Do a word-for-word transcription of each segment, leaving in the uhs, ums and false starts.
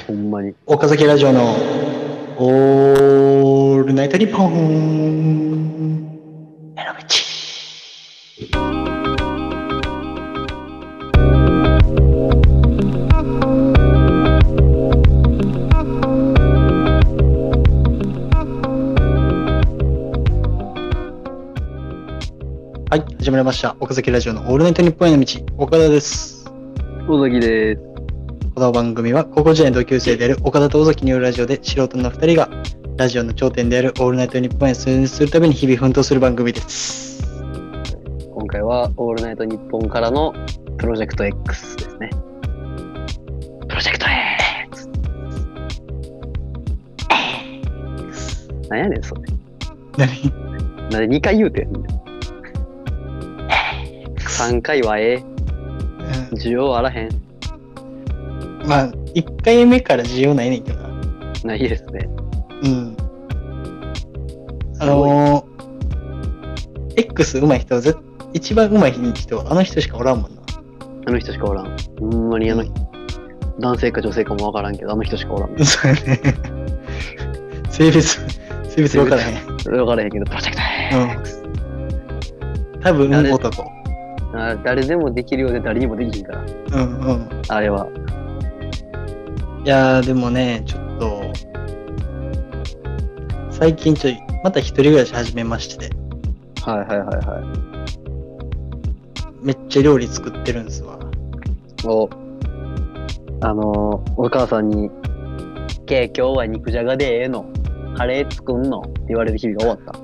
ほんまに。 岡崎ラジオのオールナイトニッポンエロビチ。はい、始まりました。岡崎ラジオのオールナイトニッポンへの道、岡田です。 尾崎です。 この番組は高校時代の同級生である岡田と尾崎によるラジオで、素人のふたりがラジオの頂点であるオールナイトニッポンへ進出するために日々奮闘する番組です。 今回はオールナイトニッポンからのプロジェクト X ですね。プロジェクト X。何やねんそれ。 何なんでにかい言うてんの。さんかいはええ。需要あらへん。 まあ、いっかいめから需要ないねんけどな。 ないですね。 うん。あのー、X 上手い人はぜ一番上手い人はあの人しかおらんもんな。 あの人しかおらん。ほんまにあの人、うん、男性か女性かもわからんけど、あの人しかおらん。 そうやね。性別、性別分からへん。 分からへんけど、プロジェクト X。 うん。多分男。 あ、誰でもできるようで誰にもできひんから。 うんうん。 あれは。 いやーでもね、ちょっと、最近ちょい、また一人暮らし始めまして。 はいはいはいはい。 めっちゃ料理作ってるんすわ。 お、あのー、お母さんに、け今日は肉じゃがでええのカレー作んのって言われる日々が終わった。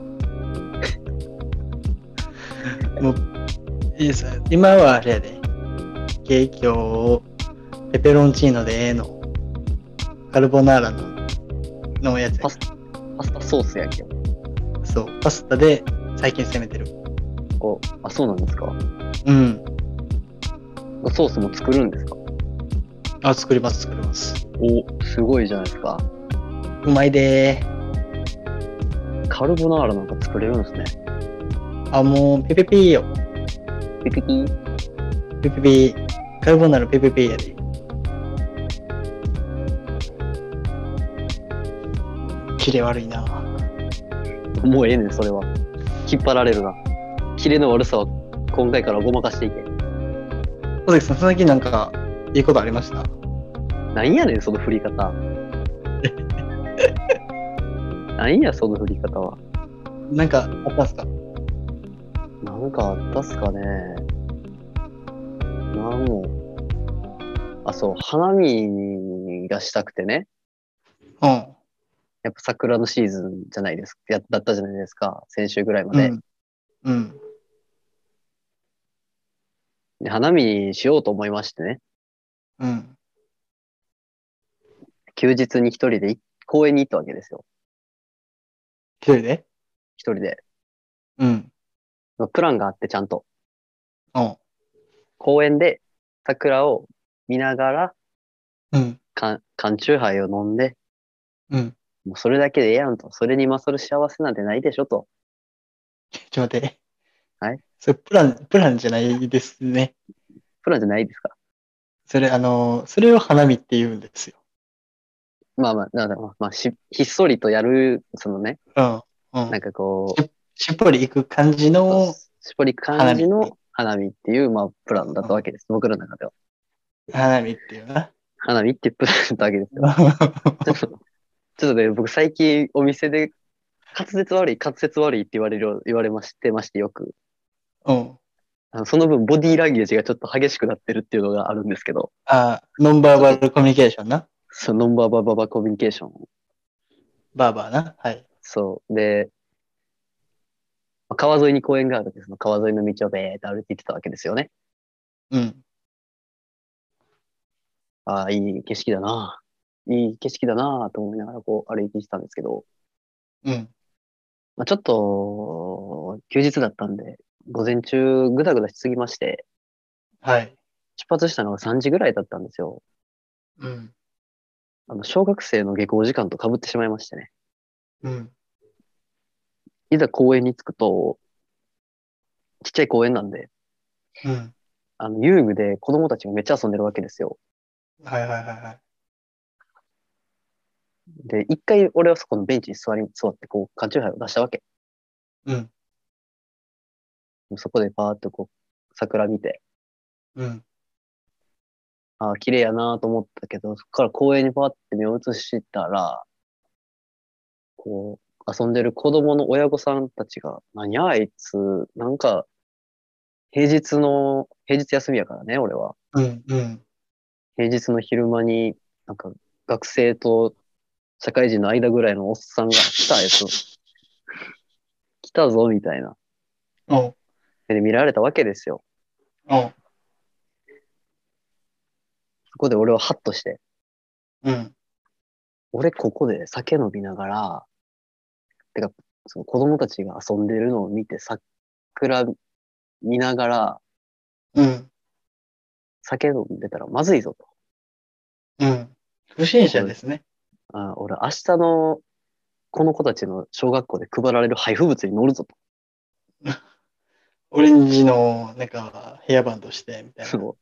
もう、いいさ、今はあれやで。け今日、ペペロンチーノでええのカルボナーラののやつやパスパスタソースやけど。 そう、パスタで最近攻めてる。 お、あ、そうなんですか。 うん。 ソースも作るんですか。 あ、作ります作ります。 お、すごいじゃないですか。 うまいでー。カルボナーラなんか作れるんですね。 あ、もうペペピーよ。 ピピピペペピー。カルボナーラペペピーやで。キレ悪いな。 もうええねんそれは。引っ張られるな。キレの悪さは今回からごまかしていけ。 小関さん、最近なんかいいことありました？ なんやねんその振り方。なんやその振り方は。 なんかあったんすか？ なんかあったっすかね。なんも。あ、そう、花見がしたくてね。 うん。 やっぱ桜のシーズンじゃないですか。やだったじゃないですか。先週ぐらいまで。 うん。うん。 で花見しようと思いましてね。 うん。 休日に一人で公園に行ったわけですよ。 一人で？ 一人で。 うん。 プランがあってちゃんと。 うん。 公園で桜を見ながら、 うん。 缶、缶チューハイを飲んで、 うん。 もうそれだけでええやんと。それに勝る幸せなんてないでしょと。 ちょっと待って。 はい。 それプラン、プランじゃないですね。 プランじゃないですか。 それ、あの、それを花見って言うんですよ。 まあまあ、なんだろう、まあ、し、ひっそりとやる、そのね、 うん。うん。 なんかこう、 ししっぽり行く感じの絞り感じの花見って。 花見っていう、まあ、プランだったうん。 わけです。僕の中では。 花見っていうな。 花見っていうプランだったわけですよ。ちょっと、ちょっとね、僕最近お店で滑舌悪い、滑舌悪いって言われる、言われましてましてよく。 うん。 あのその分ボディーランゲージがちょっと激しくなってるっていうのがあるんですけど、 あ、ノンバーちょっと、 バルコミュニケーションな。 そのノンバーバーバーバーコミュニケーション。 バーバーな。はい。 そう。で、川沿いに公園があるんで、その川沿いの道をべーって歩いていってたわけですよね。 うん。 ああ、いい景色だな。いい景色だなと思いながらこう歩いていってたんですけど、 うん。 まあ、ちょっと休日だったんで、午前中ぐだぐだしすぎまして、 はい。 出発したのがさんじぐらいだったんですよ。 うん。 あの、小学生の下校時間と被ってしまいましてね。 うん。 いざ公園に着くと、ちっちゃい公園なんで、 うん。 あの、遊具で子供たちがめっちゃ遊んでるわけですよ。 はいはいはいはい。 で、一回俺はそこのベンチに座り、座ってこう、缶チューハイを出したわけ。 うん。 そこでパーッとこう、桜見て、 うん。 ああ、綺麗やなと思ったけど、そこから公園にパーって目を移したら、こう、遊んでる子供の親御さんたちが、何やあいつ、なんか、平日の、平日休みやからね、俺は。 うん。うん。 平日の昼間に、なんか、学生と社会人の間ぐらいのおっさんが来たやつ、来たぞ、みたいな。 おう。 で、見られたわけですよ。 おう。 そこで俺はハッとして、 うん。 俺ここで酒飲みながら、てか、その子供たちが遊んでるのを見て、桜見ながら、 うん。 酒飲んでたらまずいぞと。 うん。不審者俺、 ですね。 あ、俺明日のこの子たちの小学校で配られる配布物に乗るぞと。 オレンジの、なんか、ヘアバンドして、みたいな。 そう。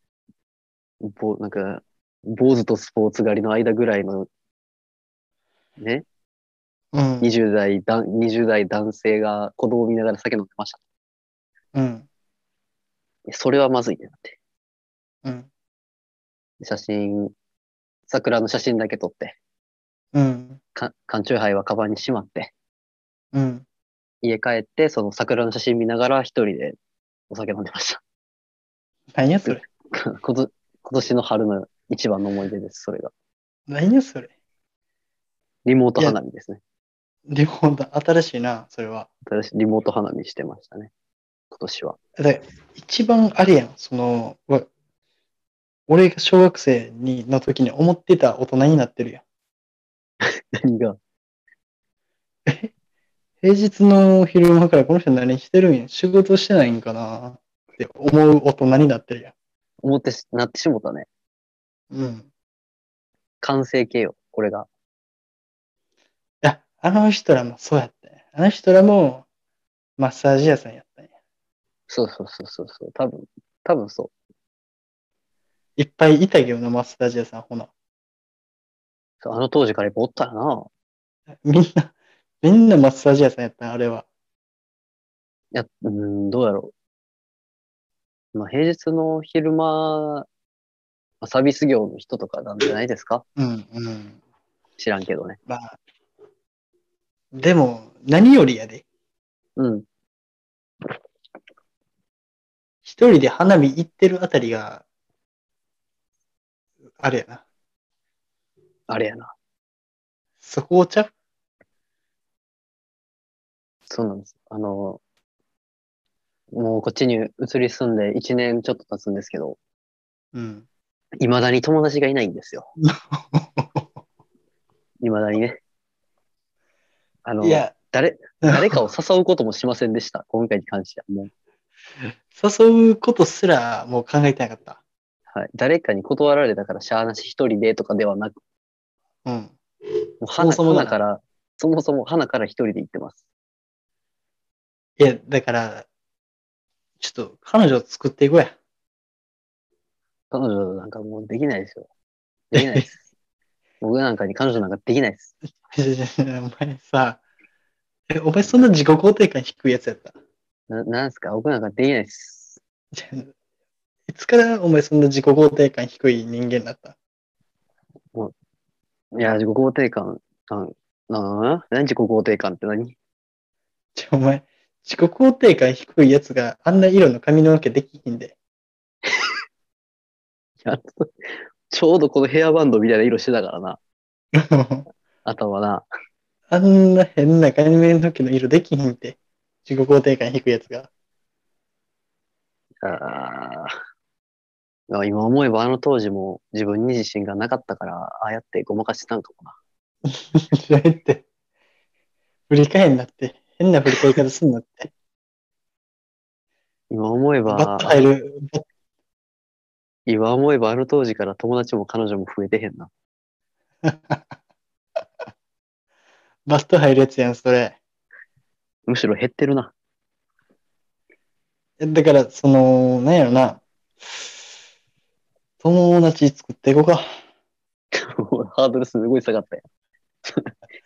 ぼなんか、坊主とスポーツ狩りの間ぐらいの、ね、 うん。 にじゅう代、だにじゅう代男性が子供を見ながら酒飲んでました。 うん。 それはまずいってなって。 うん。 写真、桜の写真だけ撮って、 うん。 か缶チューハイはカバンにしまって、 うん。 家帰って、その桜の写真見ながら一人でお酒飲んでました。 何やそれ。 こと、今年の春の一番の思い出です、それが。 何やそれ。 リモートいや、 花見ですね。 リモート、新しいな、それは。 私、リモート花見してましたね、今年は。 で、一番あれやん、その、わ俺が小学生にの時に思ってた大人になってるやん。 何が、 平日の昼間からこの人何してるんや、仕事してないんかなって思う大人になってるやん。 思ってし、なってしもたね。 うん。い完成形よ、これが。 や、あの人らもそうやったんや。あの人らもマッサージ屋さんやったんや。 そうそうそうそうそう、多分、多分そいっぱいいたけどな、マッサージ屋さん、ほな。 う。あの当時からやっぱおったよな。 みんな、みんなマッサージ屋さんやったん、あれは。 いや、うん、どうやろう。まあ、平日の昼間、まあサービス業の人とかなんじゃないですか？ うん、うん。 知らんけどね。 まあ、でも、何よりやで。 うん、 一人で花火行ってるあたりが、あれやな。 あれやな。 そこちゃう。 そうなんです。あの、もうこっちに移り住んでいちねんちょっと経つんですけど、 うん。 未だに友達がいないんですよ。未だにね。あの、 いや、 誰、誰かを誘うこともしませんでした。今回に関しては。もう、 誘うことすらもう考えてなかった。 はい。誰かに断られたからしゃあなし一人でとかではなく、 うん。 もうそも花、 そもがな。 花から、そもそも花から一人で行ってます。 いや、だから、ちょっと彼女作っていこうや。 彼女なんかもうできないですよ。できないです。僕なんかに彼女なんかできないです。 お前さ、え、お前そんな自己肯定感低いやつやった。 な、なんすか？僕なんかできないです。 いつからお前そんな自己肯定感低い人間になった？ もう、いや、自己肯定感、なん、な、何自己肯定感って何？いちょ、お前、自己肯定感低いやつがあんな色の髪の毛できひんで。 や、ちょうどこのヘアバンドみたいな色してたからな。頭な。 あんな変な髪の毛の色できひんて。自己肯定感低いやつが。 あー、今思えばあの当時も自分に自信がなかったから、ああやってごまかしてたんかもな。 それって、振り返んなって。変な振り返り方すんなって。 今思えバッば、あの、 と入る、バッ今思えばあの当時から友達も彼女も増えてへんな。 バッと入るやつやん、それ。 むしろ減ってるな。 だから、その、なんやろな。友達作っていこうか。 ハードルすごい下がったよ。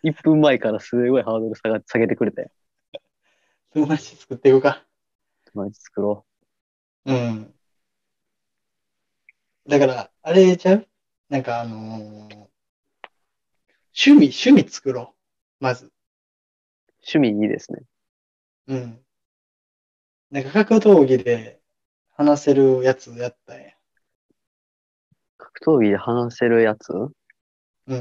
いっぷんまえからすごいハードル下が下げてくれたよ。 友達作っていこうか。 友達作ろうん。だから、あれちゃうなんかあのー趣味、趣味作ろう。まず。 う。趣味いいですね。 うん。なんか格闘技で話せるやつやったんや。 格闘技で話せるやつ。いうん。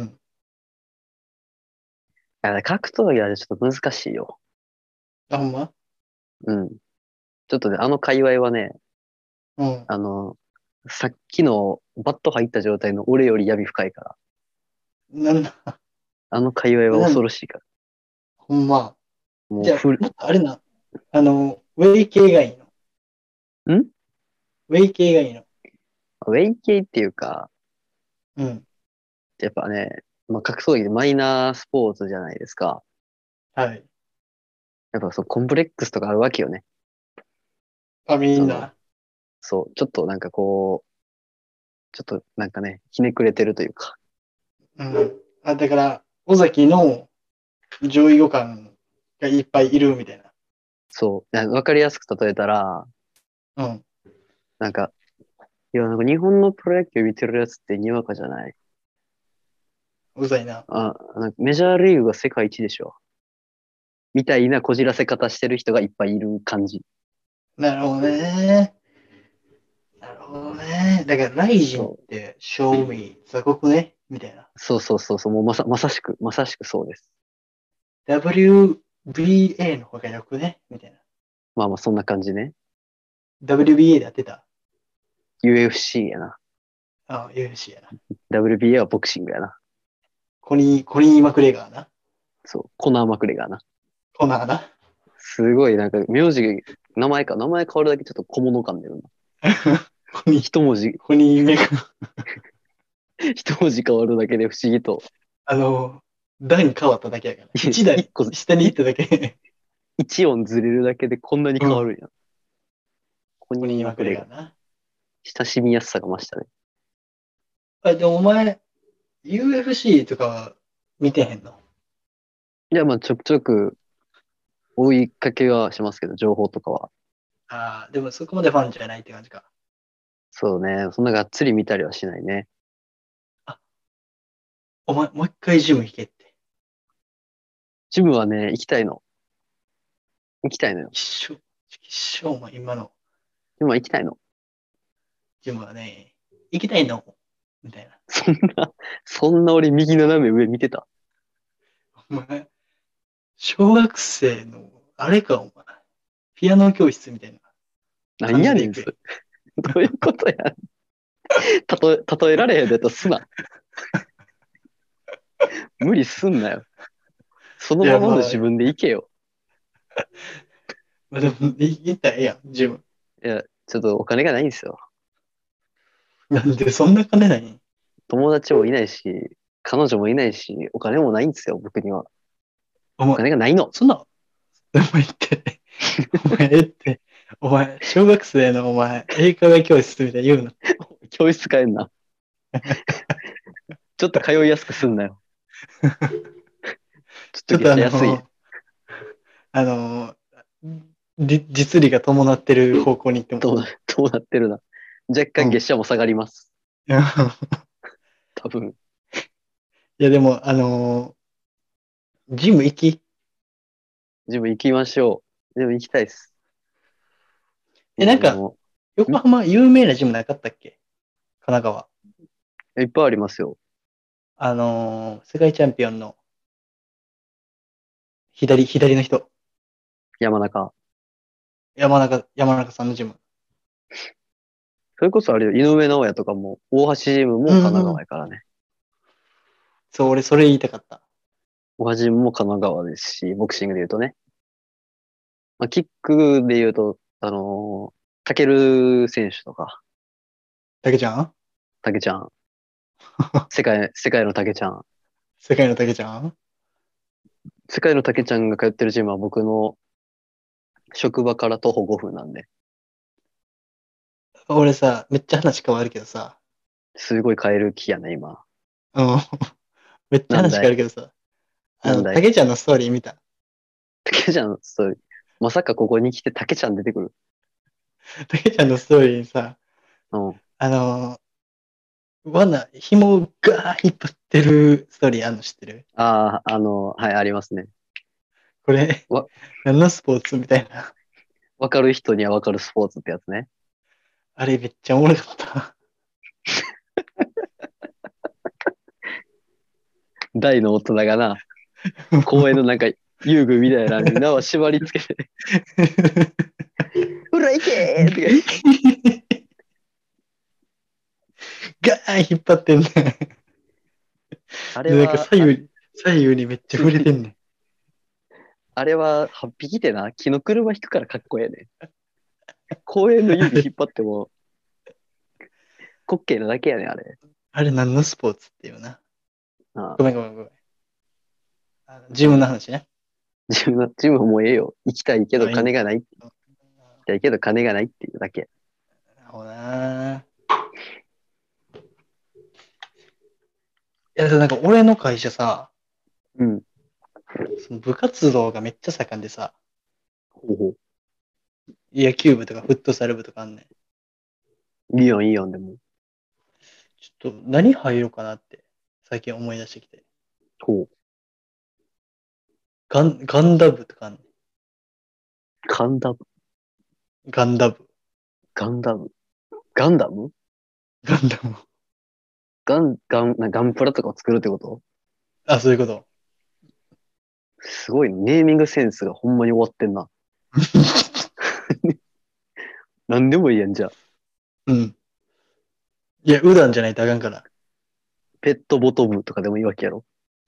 や、格闘技はちょっと難しいよ。 あ、ほんまうん。ちょっとね、あの界隈はね、 うん。 あの、さっきのバット入った状態の俺より闇深いから。 なんだ、 あの界隈はなん、 恐ろしいから。 ほんま。じゃあ、 もうフル、 もっとあれな。あの、ウェイ系がいいの。 んウェイ系がいいの。 ウェイ系っていうか、 うん。 やっぱね、まあ、格闘技でマイナースポーツじゃないですか。 はい。 やっぱそう、コンプレックスとかあるわけよね。 あ、みその、 んな。 そう、ちょっとなんかこう、ちょっとなんかね、ひねくれてるというか。 うん。あ、だから、尾崎の上位互換がいっぱいいるみたいな。 そう、なわかりやすく例えたら、 うん。 なんか、いや、なんか日本のプロ野球見てるやつってにわかじゃない。 うざいな。 あ、なんかメジャーリーグが世界一でしょ。みたいなこじらせ方してる人がいっぱいいる感じ。 なるほどね。なるほどね。だから、ライジンっそう。 て、賞味、雑穀ねみたいな。 そうそうそうそう、もうまさ、まさしく、まさしくそうです。 ダブリュービーエー の方がよくねみたいな。 まあまあそんな感じね。 ダブリュービーエー でやってた。 ユーエフシー やな。 ああ、ユーエフシー やな。 ダブリュービーエー はボクシングやな。 コニー、コニー・マクレガーな。 そう。コナー・マクレガーな。 コナーな。 すごい、なんか、名字、名前か、名前変わるだけちょっと小物感出るな。 コニー、 一文字、 コニー・メカ、 一文字変わるだけで不思議と。 あの、段変わっただけやから。一段一個、 下に行いっただけ。 一音ずれるだけでこんなにうん。 変わるんや。コニー・コニー・マクマクレガー。 レガーな。 親しみやすさが増したね。 あ、でもお前、ユーエフシー とかは見てへんの？ いや、まあ、ちょくちょく追いかけはしますけど、情報とかは。 ああ、でもそこまでファンじゃないって感じか。 そうね。そんながっつり見たりはしないね。 あ、お前、もう一回ジム行けって。 ジムはね、行きたいの。行きたいのよ。 一緒、一緒、お前、今のジムは行きたいの。 ジムはね、行きたいのみたいな。 そんな、そんな俺右斜め上見てた。 お前、小学生の、あれか、お前。ピアノ教室みたいななん感じで行くやん。 やねんす。どういうことや。たとえ、例えられへんでとすな。無理すんなよ。そのいや、 ままのまあ、 自分で行けよ。 まあ、でも、行きたいやん、ジム。 いや、ちょっとお金がないんですよ。 なんでそんな金ないん？ 友達もいないし、彼女もいないし、お金もないんですよ、僕には。おお前、 金がないの。 そんな、お前言って、お前言って、お前、小学生のお前、英会話教室みたいに言うな。 教室変えんな。ちょっと通いやすくすんなよ。ちょっとちょっとあ月謝安い。 の、あの、り実利が伴ってる方向に行ってもどうな、どうなってるな。若うん。 干月謝も下がります。 いや、 多分。 いやでも、あの、ジム行き自分行きましょう。でも行きたいです。 え、なんか、 もうあの、ん横浜有名なジムなかったっけ？神奈川。 いっぱいありますよ。 あのー世界チャンピオンの左、左の人。 山中。 山中、山中さんのジム。 それこそあれよ、井上尚弥とかも、大橋ジムも神奈うんうん。 川やからね。 そう、俺それ言いたかった。 大橋ジムも神奈川ですし、ボクシングで言うとね。まあ、キックで言うと、あのー、タケル選手とか、 たけちゃん。 タケちゃん、世界、世界のタケちゃん。 世界のたけちゃん。 世界のタケちゃんが通ってるジムは僕の職場から徒歩ごふんなんで、 俺さ、めっちゃ話変わるけどさ、 すごい帰る気やね、今。 うん。めっちゃ話なんだい。 変わるけどさ、 あの、 問題。 たけちゃんのストーリー見た。 たけちゃんのストーリー。まさかここに来てたけちゃん出てくる。 たけちゃんのストーリーにさ、 うん。 あの、罠、紐をガー引っ張ってるストーリーあんの知ってる？ ああ、あの、はい、ありますね。 これ、 わ、 何のスポーツみたいな。 わかる人にはわかるスポーツってやつね。 あれめっちゃおもろかった。 大の大人がな、公園のなんか遊具みたいなのに縄縛り付けて、ほら行けーとか言って。 ガーン引っ張ってんねん。で、なんかあれは、あ、 左右に、左右にめっちゃ触れてんねん。 あれははっぴきてな、木の車引くからかっこええね。公園の遊具引っ張っても、滑稽なだけやねん、あれ。 あれ何のスポーツっていうな。 ああ、 ごめんごめんごめん。あの自分の話ね。 自分のチームはもうええよ。行きたいけどあ、いいんだ。 金がない。行きたいけど金がないっていうだけ。 なるほどな。いや、なんか俺の会社さ、 うん。 その部活動がめっちゃ盛んでさ、 ほうほ野球部とかフットサル部とかあんねん。 う。いいよ、いいよ、でも。 ちょっと何入ろうかなって最近思い出してきて。 ほう。 ガン、ガンダ部とかあんねん。 ガンダム、 ガンダ部。 ガンダム、ガンダムガンダム。 ガン、ガン、なガンプラとかを作るってこと？ あ、そういうこと。 すごいね、ネーミングセンスがほんまに終わってんな。なんでもいいやん、じゃあ。 うん。いや、うだんじゃないとあかんから。 ペットボトムとかでもいいわけやろ。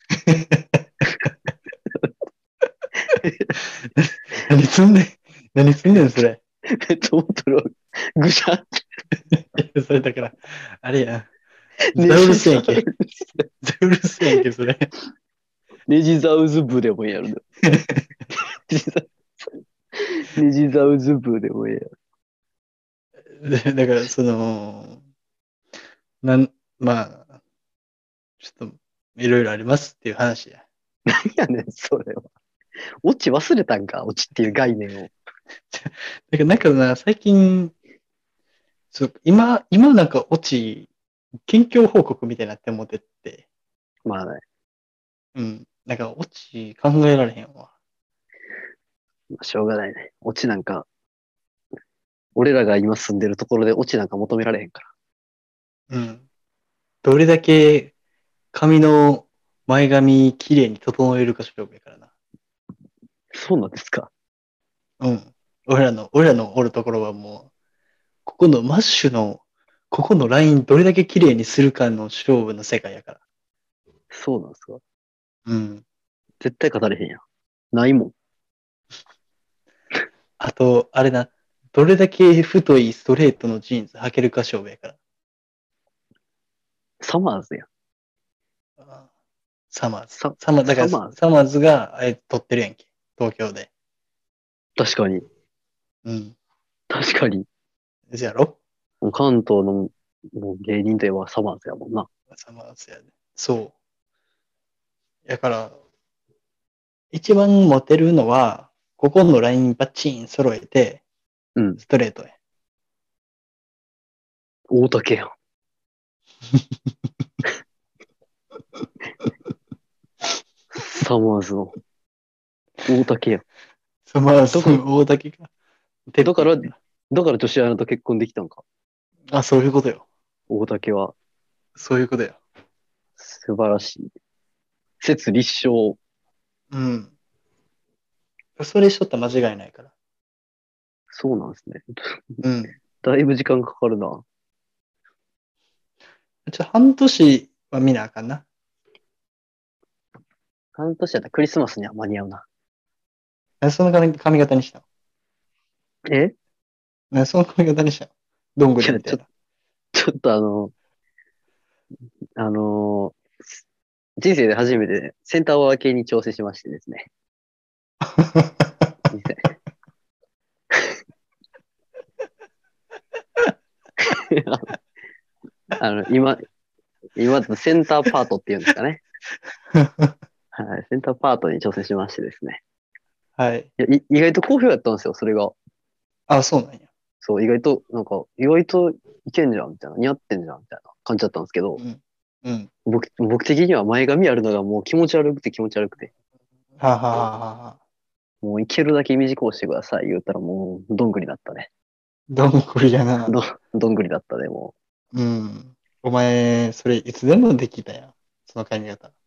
何すんねん。何すんねん、それ。 ペットボトルをぐしゃっいやそれだから、あれや。 ネザウルジザウルスやんけ。ザウルスやんけ、それ。 ネジザウズ部でもいいやろ。ネジザネジザウズ部でもいいやろ。 でだから、その、なん、まあ、ちょっと、いろいろありますっていう話や。 何やねん、それは。オチ忘れたんか、オチっていう概念を。 だからなんかな、最近、そう、今、今なんかオチ、近況報告みたいになって思ってて、 まあね、 うん。なんかオチ考えられへんわ。 まあしょうがないね。オチなんか、俺らが今住んでるところでオチなんか求められへんから。 うん。どれだけ髪の前髪きれいに整えるか勝負やからな。 そうなんですか。 うん。俺らの、俺らのおるところはもう、ここのマッシュの、ここのラインどれだけ綺麗にするかの勝負の世界やから。 そうなんですか。 うん。 絶対語れへんやん。ないもん。 あと、あれな、どれだけ太いストレートのジーンズ履けるか勝負やから。 サマーズやん。 あサマーズ。 サ、 サマー、だから、 サマーズ。 サマーズが、あれ、撮ってるやんけ。東京で。 確かに。 うん。 確かに。 じゃろ？ もう関東のもう芸人といえばサマーズやもんな。 サマーズやで。そう。やから、一番モテるのは、ここのラインバッチン揃えて、 うん。 ストレートや。 大竹やん。サマーズの大竹やん。 サマーズだから、 の大竹が、てっだから、 ぺんやから。 だから女子アナと結婚できたんか。 あ、そういうことよ。 大竹は。 そういうことよ。 素晴らしい。説立証。 うん。それしとったら間違いないから。 そうなんですね。 うん。 だいぶ時間かかるな。 ちょ、半年は見なあかんな。 半年やったらクリスマスには間に合うな。 えその髪髪型にしたえのえその髪型にしたのどんぐいや、ちょ、 りみたいな。 ちょっとあの、あのー人生で初めてセンター分けに調整しましてですね。あの、今、今だとセンターパートっていうんですかね。 はい、センターパートに挑戦しましてですね。 はい。 いや、い意外と好評やったんですよ、それが。 あ、そうなんや。 そう、意外と、なんか、意外といけんじゃん、みたいな。似合ってんじゃん、みたいな感じだったんですけど、 うん。うん。 僕、僕的には前髪あるのがもう気持ち悪くて気持ち悪くて、 はあはあはあはあ。 もういけるだけ短くしてください、言ったらもう、どんぐりだったね。 どんぐりやな。 ど、どんぐりだったね、もうん。お前、それいつでもできたやん。その髪型。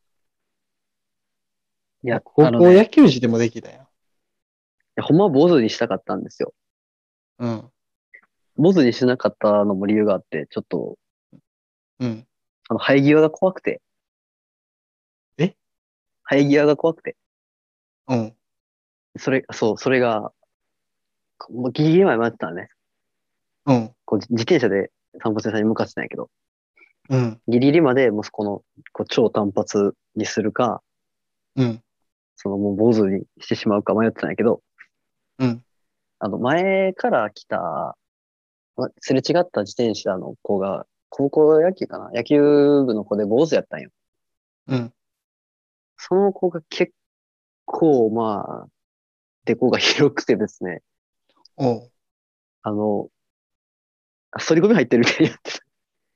う。いや、 もう高校あのね、 野球時でもできたやん。 いやほんまは坊主にしたかったんですよ。 うん。 坊主にしなかったのも理由があって、ちょっと、 うん。 あの、生え際が怖くて、 え生え際が怖くて、 うん。 それ、そう、それが、もうギリギリまで待ってたのね。 うん。 こう自転車で散髪屋さんに向かってたんやけど、 うん。 ギリギリまでもうこの、こう超単発にするか、 うん。 そのもう坊主にしてしまうか迷ってたんやけど、 うん。 あの、前から来た、ますれ違った自転車の子が、高校野球かな野球部の子で坊主やったんよ。 うん。 その子が結構、まあ、デコが広くてですね、 おう。 あの、反り込み入ってるみたいになってた。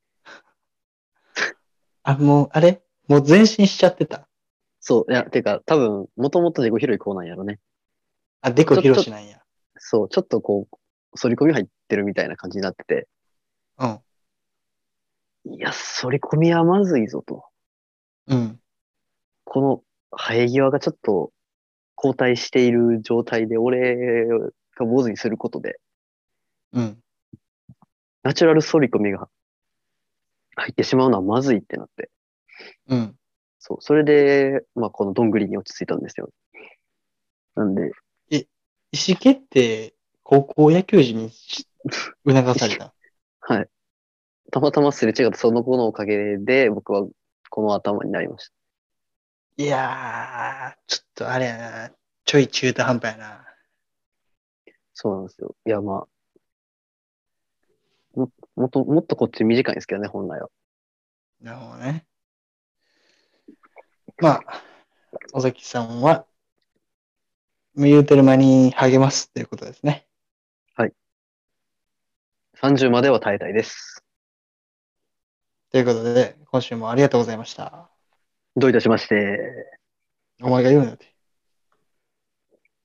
あ、もう、あれもう前進しちゃってた。 そう、いや、てか、多分、もともとデコ広い子なんやろね。 あ、でこちょ、ちょ、 ひろしなんや。 そう、ちょっとこう、反り込み入ってるみたいな感じになってて、 うん。 いや、反り込みはまずいぞと。 うん。 この生え際がちょっと後退している状態で俺が坊主にすることで、 うん。 ナチュラル反り込みが入ってしまうのはまずいってなって。 うん。 そう。それで、まあ、このどんぐりに落ち着いたんですよ。なんで、 え、意思決定、高校野球時にし促された。 はい。たまたますれ違ったその子のおかげで、僕はこの頭になりました。 いやー、ちょっとあれやな。ちょい中途半端やな。 そうなんですよ。いや、まあ、も、もっと、もっとこっち短いんですけどね、本来は。 なるほどね。まあ、尾崎さんは、言うてる間に励ますっていうことですね。 はい。さんじゅうまでは耐えたいです。 ということで、今週もありがとうございました。 どういたしまして。 お前が言うなよって。